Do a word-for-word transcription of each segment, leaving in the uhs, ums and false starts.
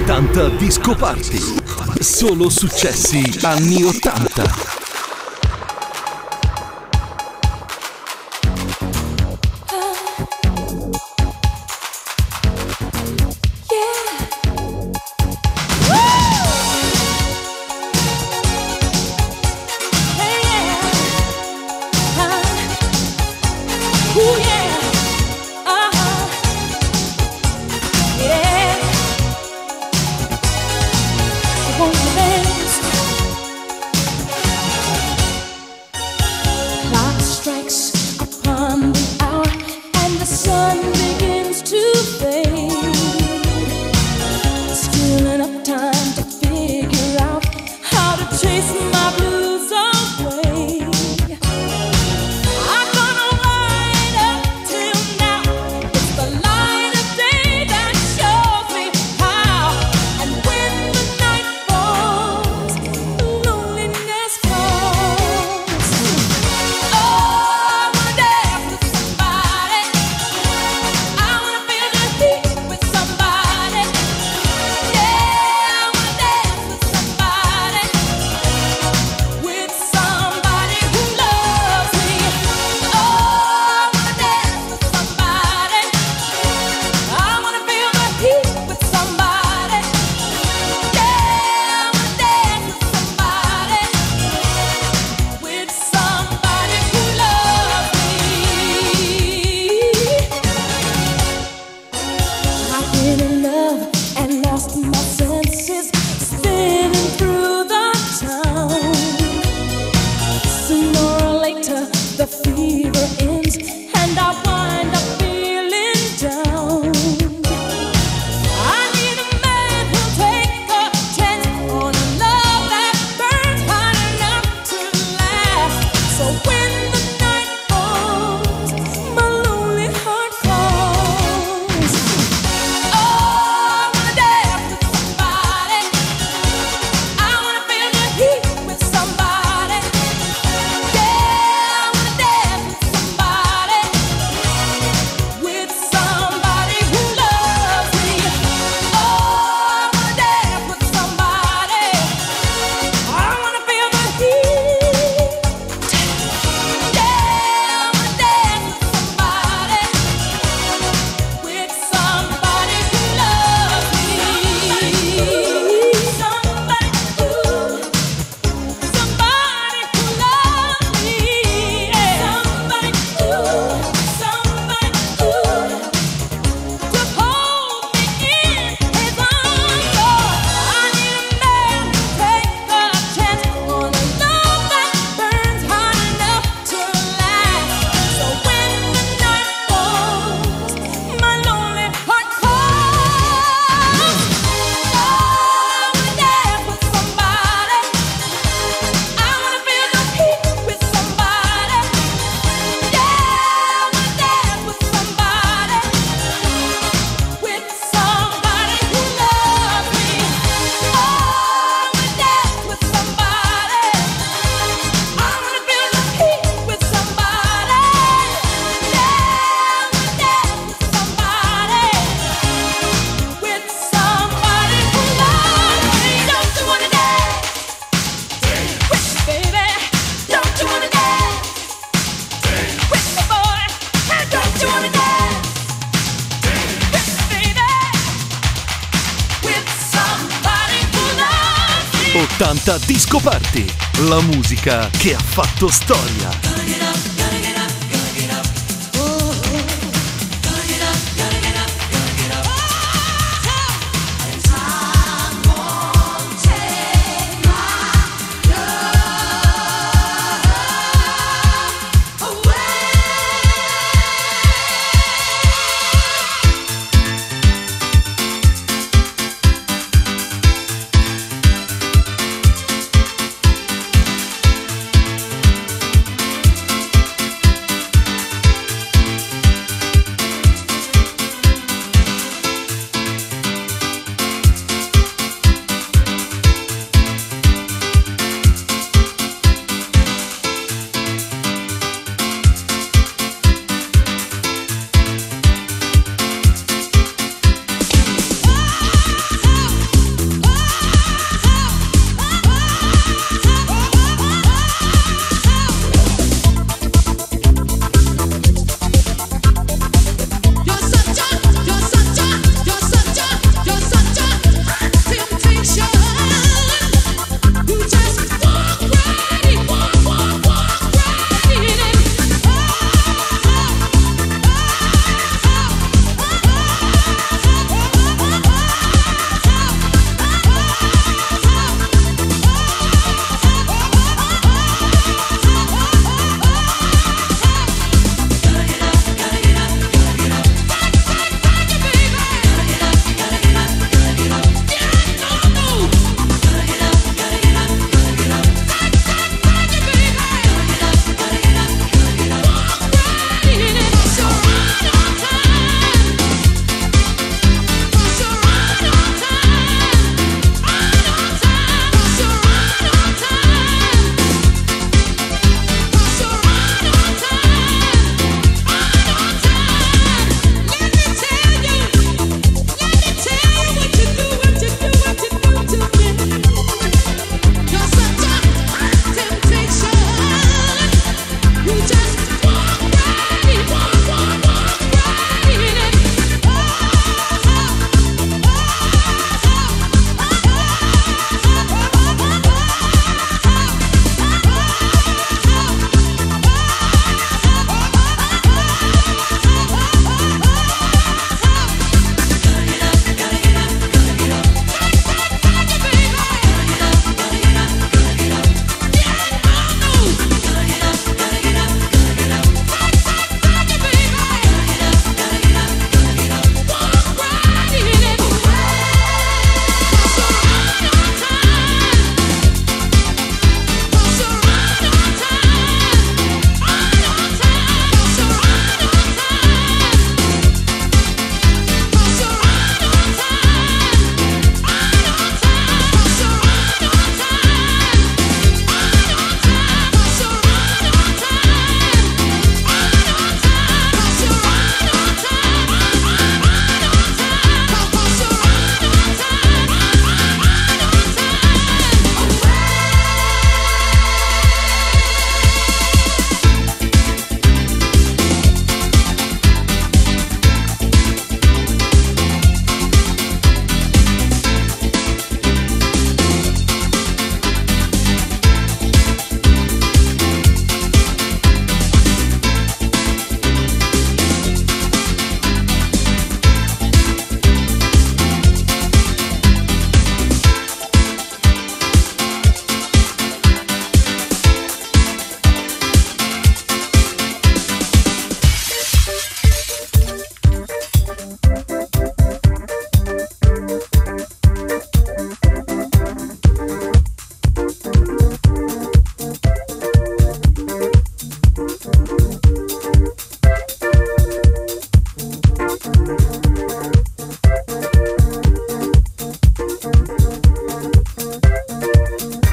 ottanta Disco Party. Solo successi anni ottanta. ottanta Disco Party, la musica che ha fatto storia.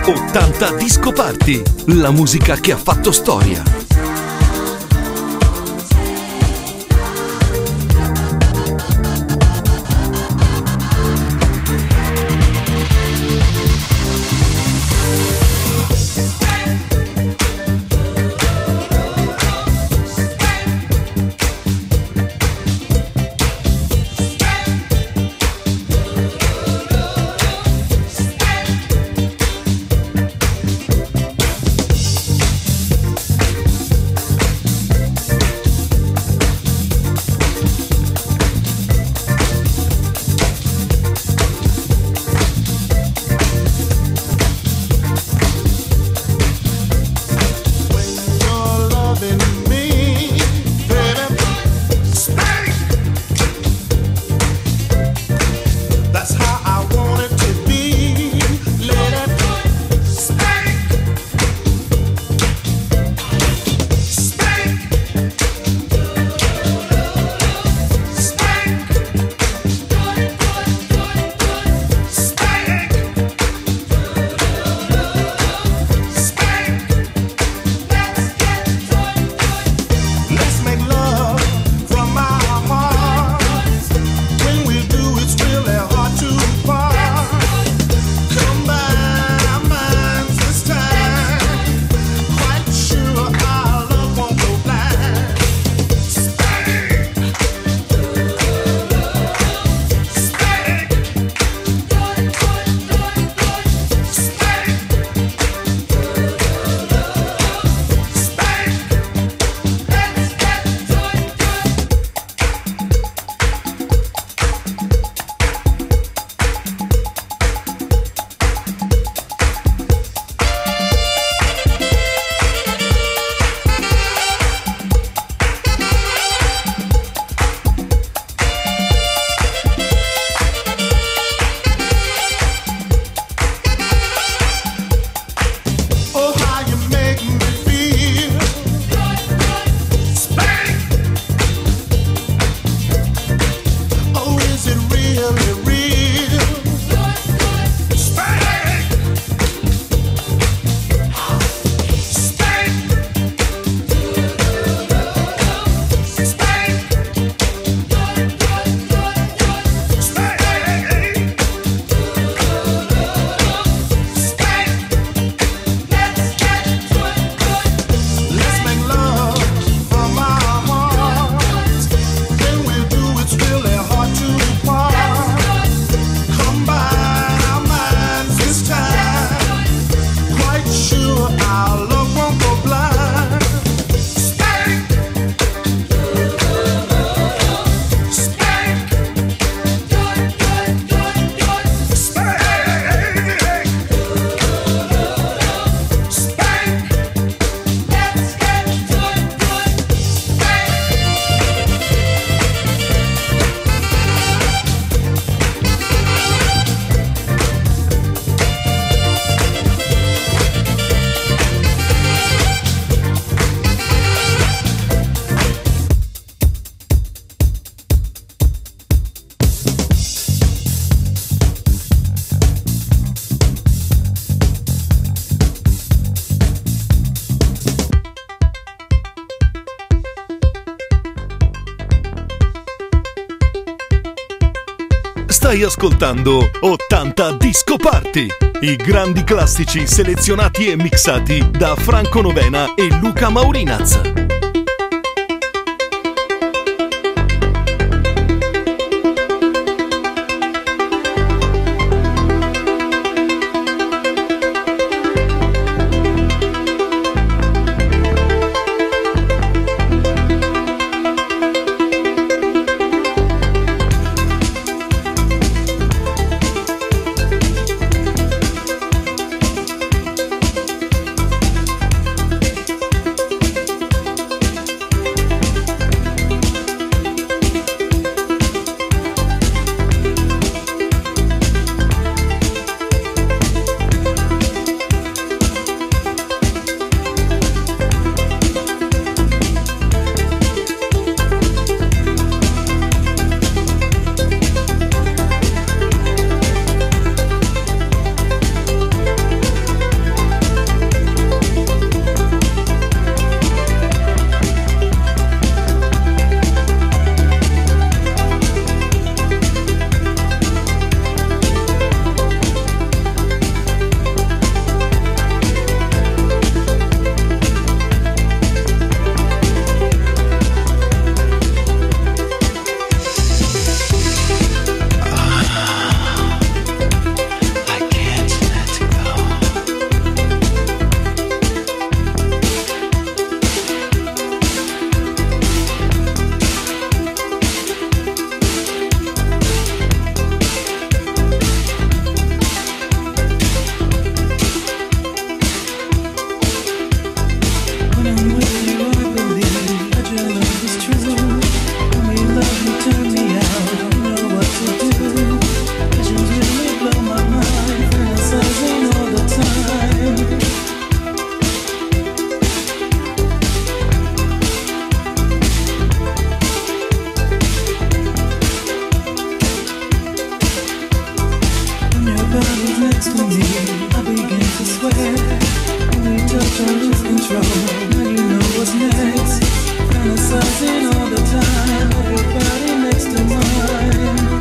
ottanta Disco Party, la musica che ha fatto storia. Stai ascoltando ottanta Disco Party, i grandi classici selezionati e mixati da Franco Novena e Luca Maurinaz. next to me, I begin to sweat. When we touch, I lose control. Now you know what's next. Fantasizing all the time of your body next to mine.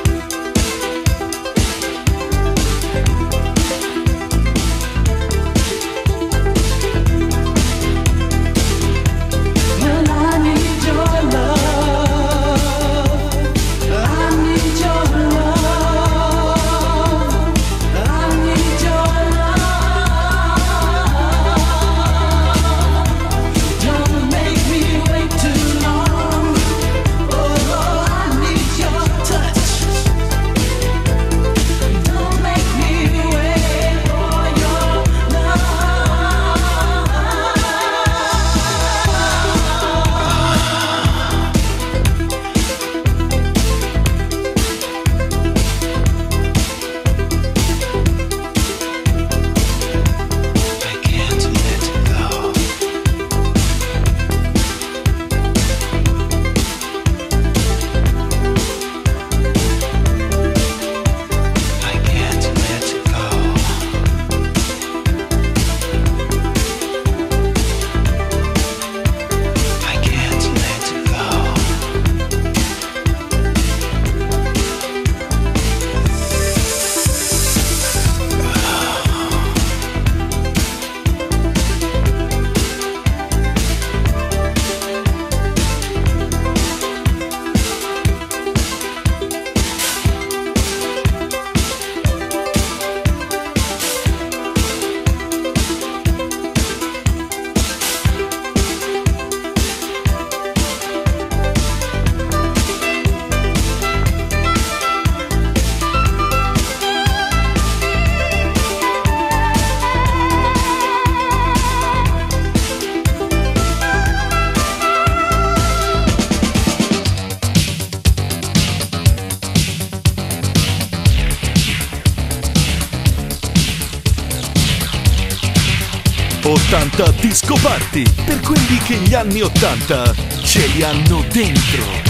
ottanta Disco Party, per quelli che gli anni ottanta ce li hanno dentro.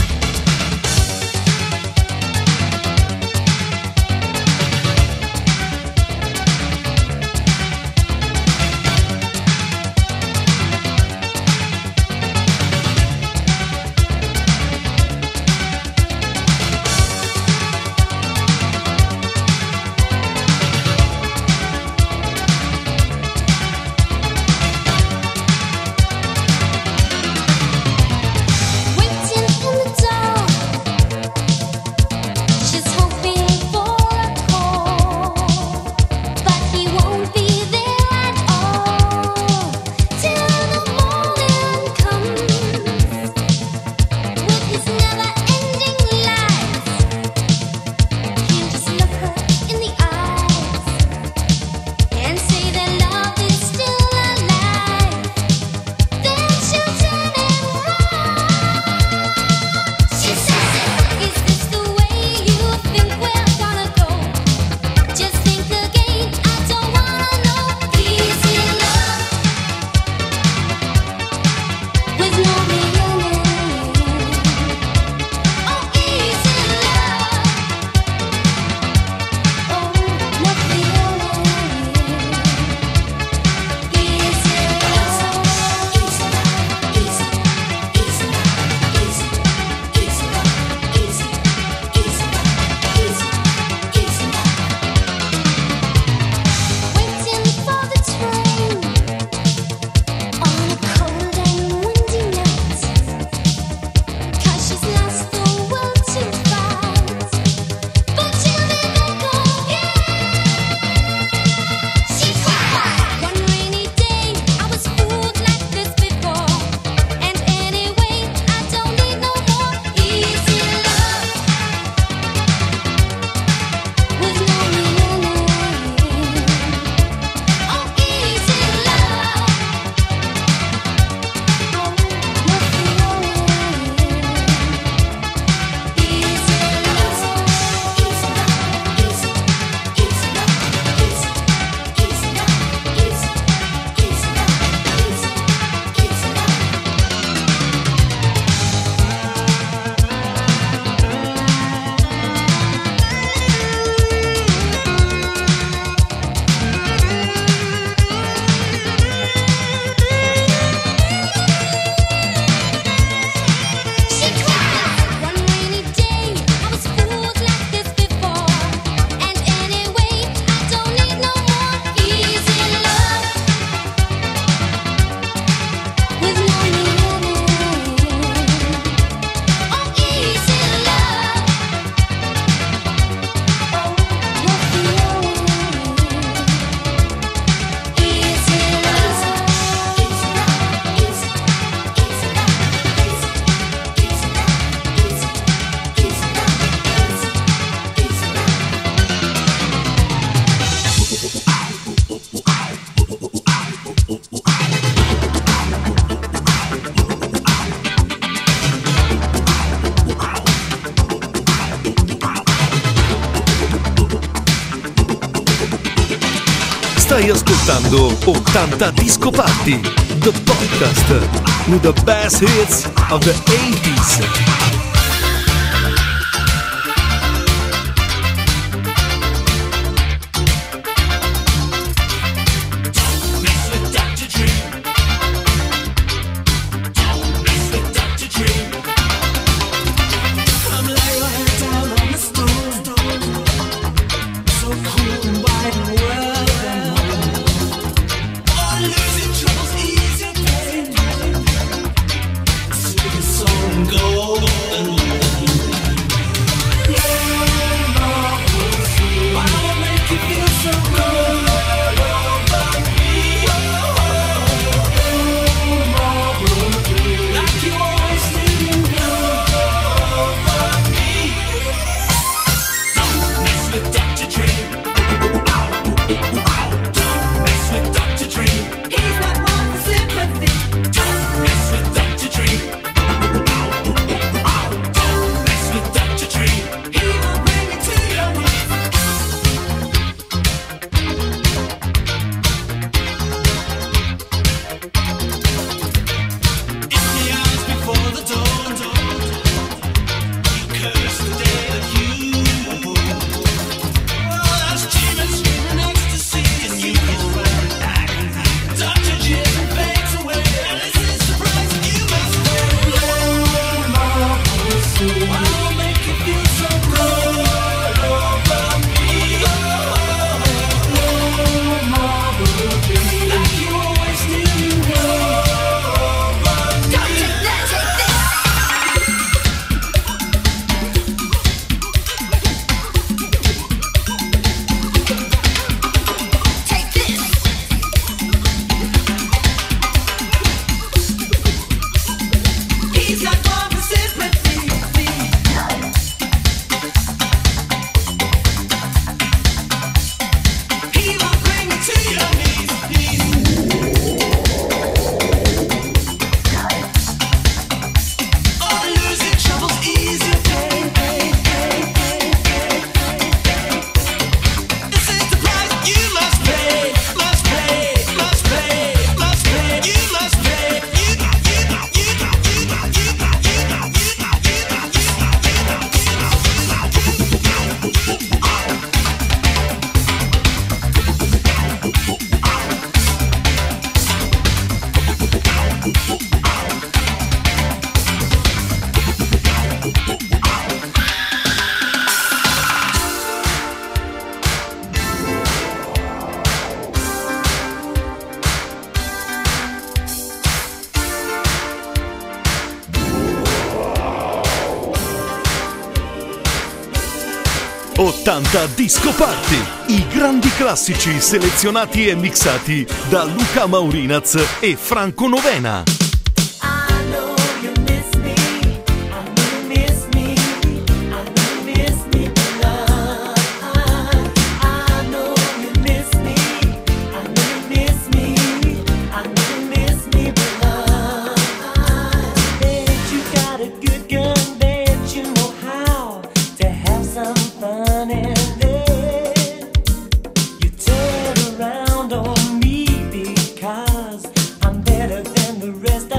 Waiting in the Stai ascoltando ottanta Disco Party, the podcast with the best hits of the eighties. ottanta Disco Party, i grandi classici selezionati e mixati da Luca Maurinaz e Franco Novena. Around on me because I'm better than the rest.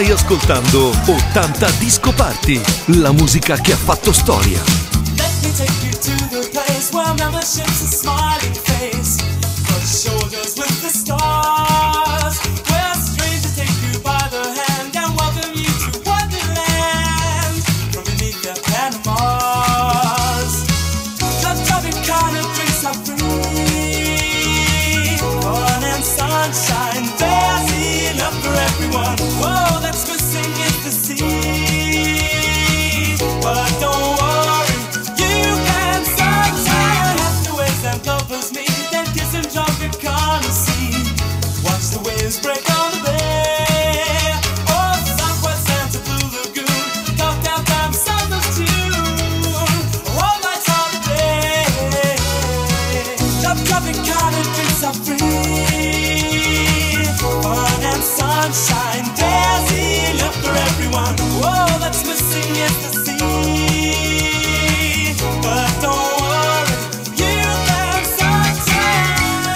Stai ascoltando ottanta Disco Party, la musica che ha fatto storia. Let me take you to the place where membership's a smiling face, brush shoulders with the stars, where strangers take you by the hand and welcome you to Wonderland from beneath their Panamas. Just loving kind of drinks are free, fun and sunshine, there's enough for everyone. Whoa, that's missing is the sea, but don't worry, you can sunshine after waves and lovers meet, then kiss and jump you can't see. Watch the waves break on the bay, oh, Southwest Santa Blue Lagoon, talk downtown Summer's tune, all nights holiday. Jump, jumping kind of drinks are free, fun and sunshine, there's enough for everyone. Whoa, that's missing is the sea, but don't worry, you can sunshine.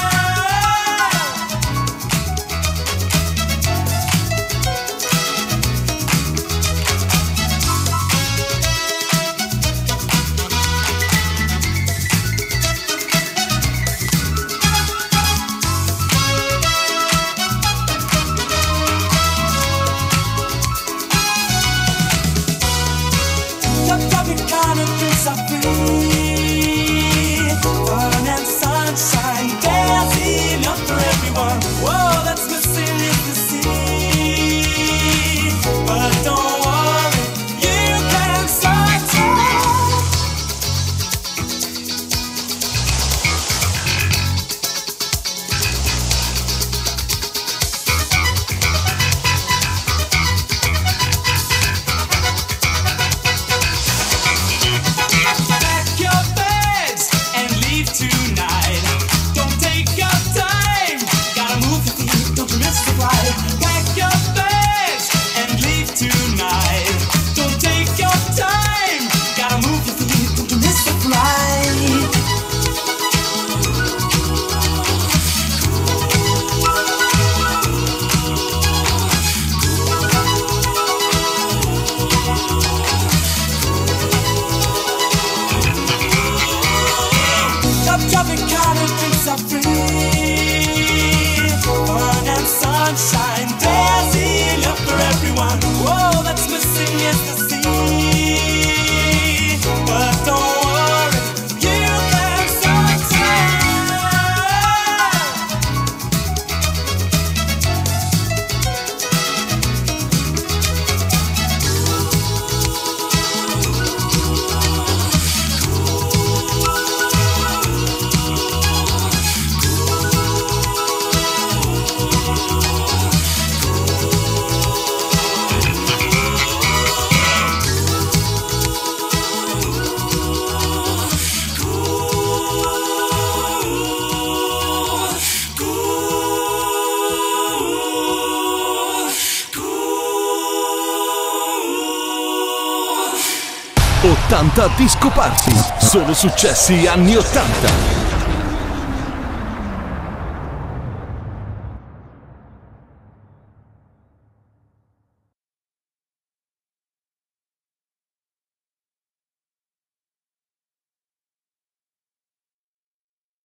Jump, jumping kind of drinks are free, fun and sunshine, there's enough for everyone. Whoa, that's missing is the sea, but don't worry, you can sunshine. Pack your bags and leave tonight. Don't take your time, gotta move your feet, don't you miss the flight. Pack your bags and leave tonight. Don't take your time, gotta move your feet, don't you miss the flight. Jump, jumping kind of drinks are free, fun and sunshine, there's enough for everyone. Whoa, that's missing is the sea, but don't worry, you can sunshine. ottanta Disco Party, solo successi anni ottanta.